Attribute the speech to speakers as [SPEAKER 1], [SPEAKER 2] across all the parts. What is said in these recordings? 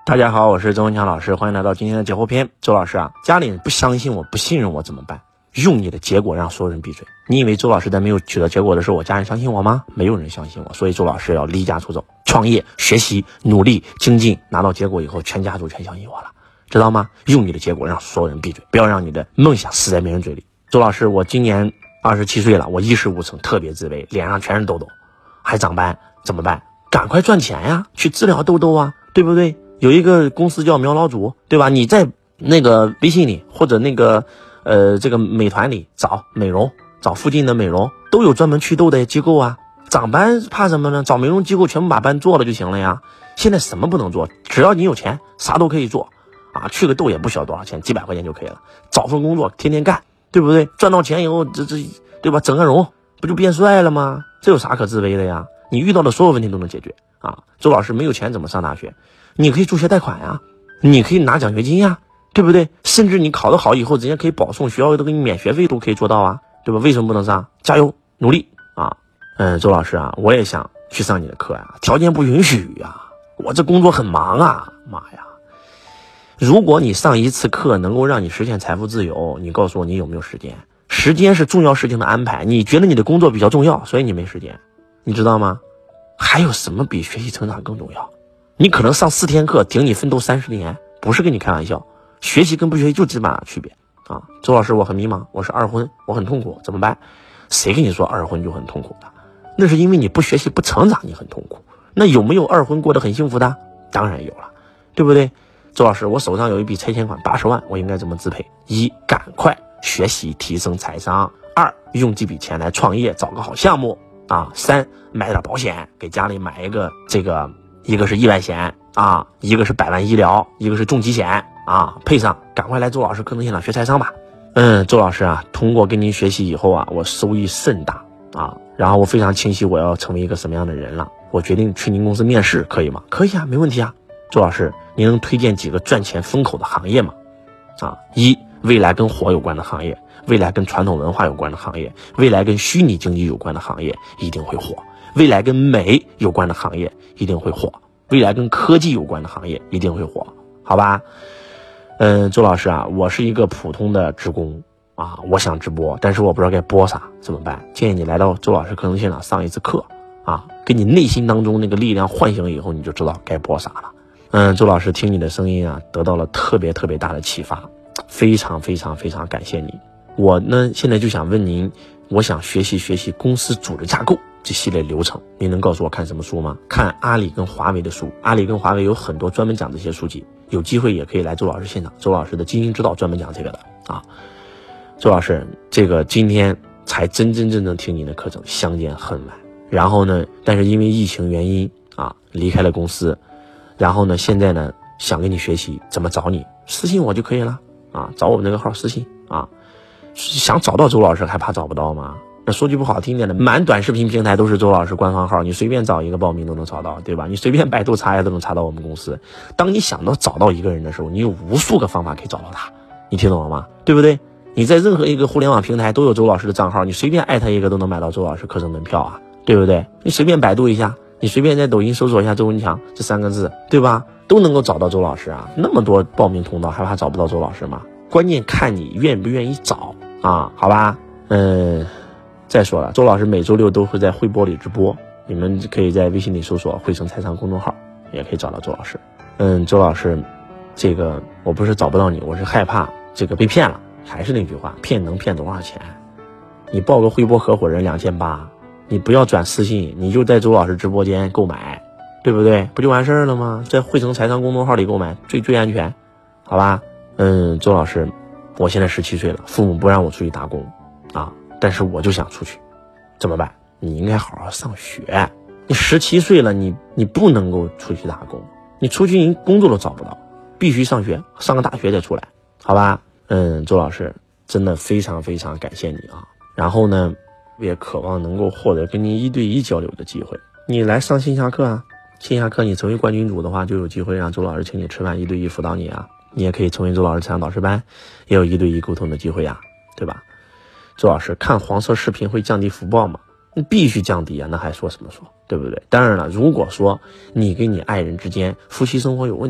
[SPEAKER 1] 大家好，我是周文强老师，欢迎来到今天的解惑篇。周老师啊，家里人不相信我，不信任我怎么办？用你的结果让所有人闭嘴。你以为周老师在没有取得结果的时候，我家人相信我吗？没有人相信我，所以周老师要离家出走，创业、学习、努力、精进，拿到结果以后，全家族全相信我了，知道吗？用你的结果让所有人闭嘴，不要让你的梦想死在别人嘴里。周老师，我今年27岁了，我一事无成，特别自卑，脸上全是痘痘，还长斑，怎么办？赶快赚钱呀，去治疗痘痘啊，对不对？有一个公司叫苗老祖，对吧？你在那个微信里或者那个这个美团里找美容，找附近的美容都有专门祛痘的机构啊。长斑怕什么呢？找美容机构全部把斑做了就行了呀。现在什么不能做？只要你有钱，啥都可以做啊。去个痘也不需要多少钱，几百块钱就可以了。找份工作，天天干，对不对？赚到钱以后，对吧？整个容不就变帅了吗？这有啥可自卑的呀？你遇到的所有问题都能解决啊。周老师没有钱怎么上大学？你可以助学贷款呀，你可以拿奖学金呀，对不对？甚至你考得好以后，人家可以保送，学校都给你免学费，都可以做到啊，对吧？为什么不能上？加油努力啊！周老师啊，我也想去上你的课呀，条件不允许呀，我这工作很忙啊，妈呀！如果你上一次课能够让你实现财富自由，你告诉我你有没有时间？时间是重要事情的安排，你觉得你的工作比较重要，所以你没时间，你知道吗？还有什么比学习成长更重要？你可能上4天课顶你奋斗30年，不是跟你开玩笑。学习跟不学习就这么区别啊！周老师，我很迷茫，我是二婚，我很痛苦，怎么办？谁跟你说二婚就很痛苦的？那是因为你不学习不成长，你很痛苦。那有没有二婚过得很幸福的？当然有了，对不对？周老师，我手上有一笔拆迁款80万，我应该怎么支配？1. 赶快学习提升财商；2. 用这笔钱来创业，找个好项目啊；3. 买点保险，给家里买一个一个是意外险啊，一个是100万医疗，一个是重疾险啊，配上赶快来周老师课程现场学财商吧。周老师啊，通过跟您学习以后啊，我收益甚大啊，然后我非常清晰我要成为一个什么样的人了，我决定去您公司面试，可以吗？可以啊，没问题啊。周老师，您能推荐几个赚钱风口的行业吗？1. 未来跟火有关的行业，未来跟传统文化有关的行业，未来跟虚拟经济有关的行业一定会火，未来跟美有关的行业一定会火，未来跟科技有关的行业一定会火，好吧？周老师啊，我是一个普通的职工啊，我想直播，但是我不知道该播啥，怎么办？建议你来到周老师课程现场上一次课啊，给你内心当中那个力量唤醒以后，你就知道该播啥了。周老师听你的声音啊，得到了特别大的启发，非常感谢你。我呢现在就想问您，我想学习公司组织架构这系列流程，您能告诉我看什么书吗？看阿里跟华为的书，阿里跟华为有很多专门讲这些书籍，有机会也可以来周老师现场，周老师的经营之道专门讲这个的啊。周老师，这个今天才真正听您的课程，相见恨晚。然后呢，但是因为疫情原因啊，离开了公司。然后呢，现在呢想跟你学习，怎么找你？私信我就可以了啊，找我们这个号私信啊。想找到周老师还怕找不到吗？那说句不好听点的，满短视频平台都是周老师官方号，你随便找一个报名都能找到，对吧？你随便百度查一下都能查到我们公司。当你想到找到一个人的时候，你有无数个方法可以找到他，你听懂了吗？对不对？你在任何一个互联网平台都有周老师的账号，你随便艾特一个都能买到周老师课程门票啊，对不对？你随便百度一下，你随便在抖音搜索一下周文强这3个字，对吧？都能够找到周老师啊。那么多报名通道，还怕找不到周老师吗？关键看你愿不愿意找啊，好吧？再说了，周老师每周6都会在汇播里直播，你们可以在微信里搜索汇成财商公众号，也可以找到周老师。周老师，这个我不是找不到你，我是害怕这个被骗了。还是那句话，骗能骗多少钱？你报个汇播合伙人2800，你不要转私信，你就在周老师直播间购买，对不对？不就完事儿了吗？在汇成财商公众号里购买最安全，好吧？周老师，我现在17岁了，父母不让我出去打工啊，但是我就想出去，怎么办？你应该好好上学。你17岁了，你不能够出去打工，你出去你工作都找不到，必须上学，上个大学再出来，好吧？周老师真的非常感谢你啊。然后呢，也渴望能够获得跟您1对1交流的机会。你来上线下课啊，线下课你成为冠军组的话，就有机会让周老师请你吃饭，1对1辅导你啊。你也可以成为周老师财商导师班，也有1对1沟通的机会啊，对吧？周老师，看黄色视频会降低福报吗？必须降低啊，那还说什么说，对不对？当然了，如果说你跟你爱人之间夫妻生活有问题，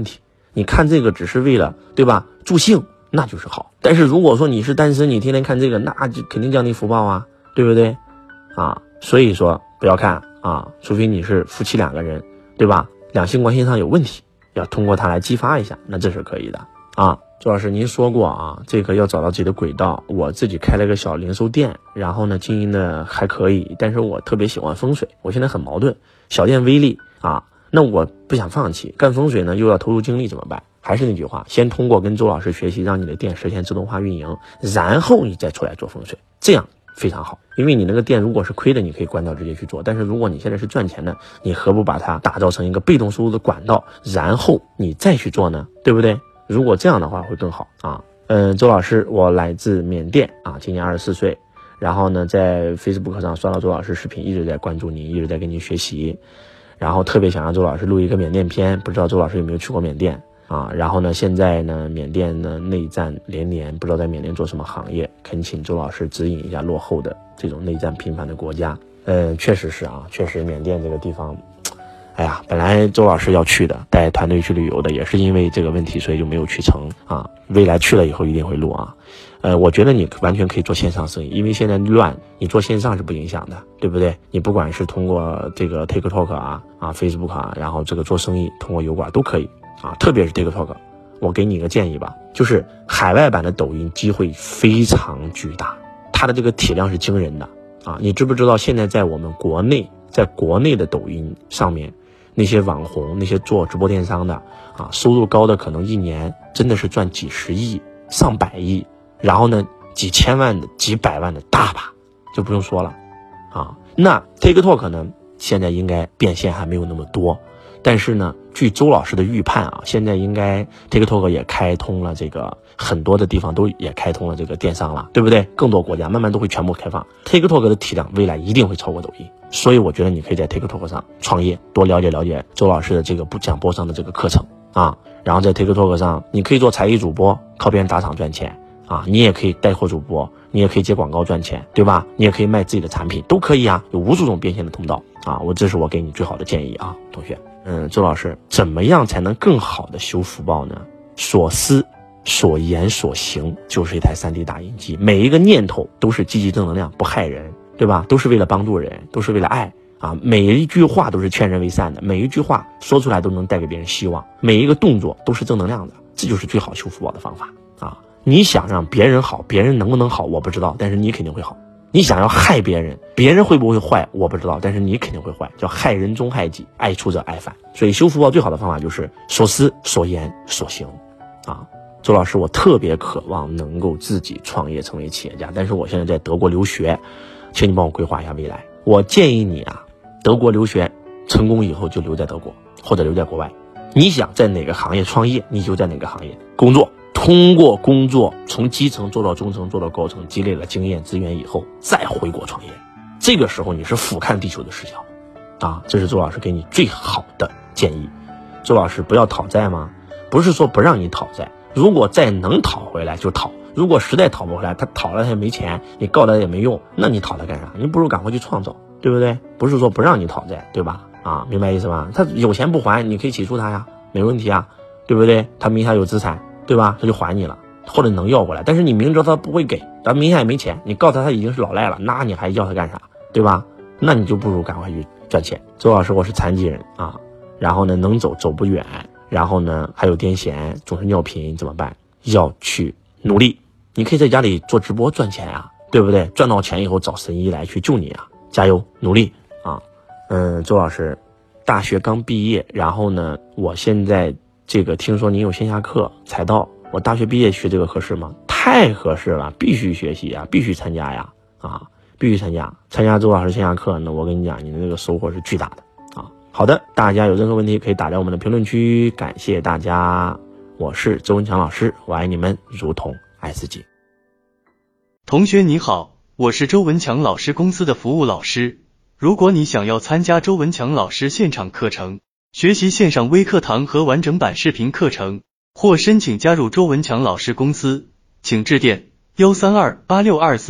[SPEAKER 1] 你看这个只是为了，对吧，助兴，那就是好。但是如果说你是单身，你天天看这个，那就肯定降低福报啊，对不对啊？所以说不要看啊，除非你是夫妻2个人，对吧，两性关系上有问题，要通过它来激发一下，那这是可以的啊。周老师您说过啊，这个要找到自己的轨道。我自己开了个小零售店，然后呢经营的还可以，但是我特别喜欢风水，我现在很矛盾，小店微利啊，那我不想放弃，干风水呢又要投入精力，怎么办？还是那句话，先通过跟周老师学习，让你的店实现自动化运营，然后你再出来做风水，这样非常好。因为你那个店如果是亏的，你可以关掉直接去做，但是如果你现在是赚钱的，你何不把它打造成一个被动收入的管道，然后你再去做呢？对不对？如果这样的话会更好啊。周老师，我来自缅甸啊，今年24岁，然后呢在 Facebook 上刷到周老师视频，一直在关注您，一直在跟您学习，然后特别想让周老师录一个缅甸篇，不知道周老师有没有去过缅甸啊？然后呢现在呢缅甸呢内战连连，不知道在缅甸做什么行业，恳请周老师指引一下落后的这种内战频繁的国家。确实是啊，确实缅甸这个地方，哎呀，本来周老师要去的，带团队去旅游的，也是因为这个问题，所以就没有去成啊。未来去了以后一定会录啊。我觉得你完全可以做线上生意，因为现在乱，你做线上是不影响的，对不对？你不管是通过这个 TikTok 啊 Facebook 啊，然后这个做生意通过油管都可以啊。特别是 TikTok， 我给你一个建议吧，就是海外版的抖音机会非常巨大，它的这个体量是惊人的啊。你知不知道现在在我们国内，在国内的抖音上面，那些网红，那些做直播电商的啊，收入高的可能一年真的是赚几十亿、上百亿，然后呢几千万的、几百万的大把，就不用说了啊。那 TikTok 呢，现在应该变现还没有那么多，但是呢，据周老师的预判啊，现在应该 TikTok 也开通了这个，很多的地方都也开通了这个电商了，对不对？更多国家慢慢都会全部开放 TikTok 的体量，未来一定会超过抖音。所以我觉得你可以在 TikTok 上创业，多了解周老师的这个讲播上的这个课程啊，然后在 TikTok 上你可以做才艺主播，靠别人打赏赚钱啊，你也可以带货主播，你也可以接广告赚钱，对吧？你也可以卖自己的产品，都可以啊，有无数种变现的通道啊。这是我给你最好的建议啊，同学。周老师，怎么样才能更好的修福报呢？所思所言所行就是一台 3D 打印机，每一个念头都是积极正能量，不害人，对吧？都是为了帮助人，都是为了爱啊！每一句话都是劝人为善的，每一句话说出来都能带给别人希望，每一个动作都是正能量的，这就是最好修福报的方法啊！你想让别人好，别人能不能好我不知道，但是你肯定会好。你想要害别人，别人会不会坏我不知道，但是你肯定会坏，叫害人终害己，爱出者爱返。所以修福报最好的方法就是所思所言所行啊！周老师，我特别渴望能够自己创业成为企业家，但是我现在在德国留学，请你帮我规划一下未来。我建议你啊，德国留学成功以后就留在德国或者留在国外，你想在哪个行业创业，你就在哪个行业工作，通过工作从基层做到中层做到高层，积累了经验资源以后再回国创业，这个时候你是俯瞰地球的视角啊！这是周老师给你最好的建议。周老师不要讨债吗？不是说不让你讨债，如果债能讨回来就讨，如果实在讨不回来，他讨了他也没钱，你告他也没用，那你讨他干啥？你不如赶快去创造，对不对？不是说不让你讨债，对吧？啊，明白意思吧？他有钱不还，你可以起诉他呀，没问题啊，对不对？他名下有资产，对吧？他就还你了，或者能要过来，但是你明知道他不会给，咱名下也没钱，你告他他已经是老赖了，那你还要他干啥？对吧？那你就不如赶快去赚钱。周老师，我是残疾人啊，然后呢能走走不远，然后呢还有癫痫，总是尿频，怎么办？要去努力。你可以在家里做直播赚钱啊，对不对？赚到钱以后找神医来去救你啊，加油努力啊！周老师，大学刚毕业，然后呢我现在这个听说您有线下课才到，我大学毕业学这个合适吗？太合适了，必须学习啊，必须参加呀，啊，必须参加周老师线下课呢，我跟你讲，你的这个收获是巨大的啊。好的，大家有任何问题可以打在我们的评论区，感谢大家，我是周文强老师，我爱你们如同爱自己。
[SPEAKER 2] 同学你好，我是周文强老师公司的服务老师。如果你想要参加周文强老师现场课程，学习线上微课堂和完整版视频课程，或申请加入周文强老师公司，请致电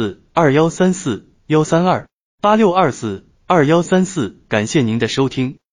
[SPEAKER 2] 13286242134 13286242134。感谢您的收听。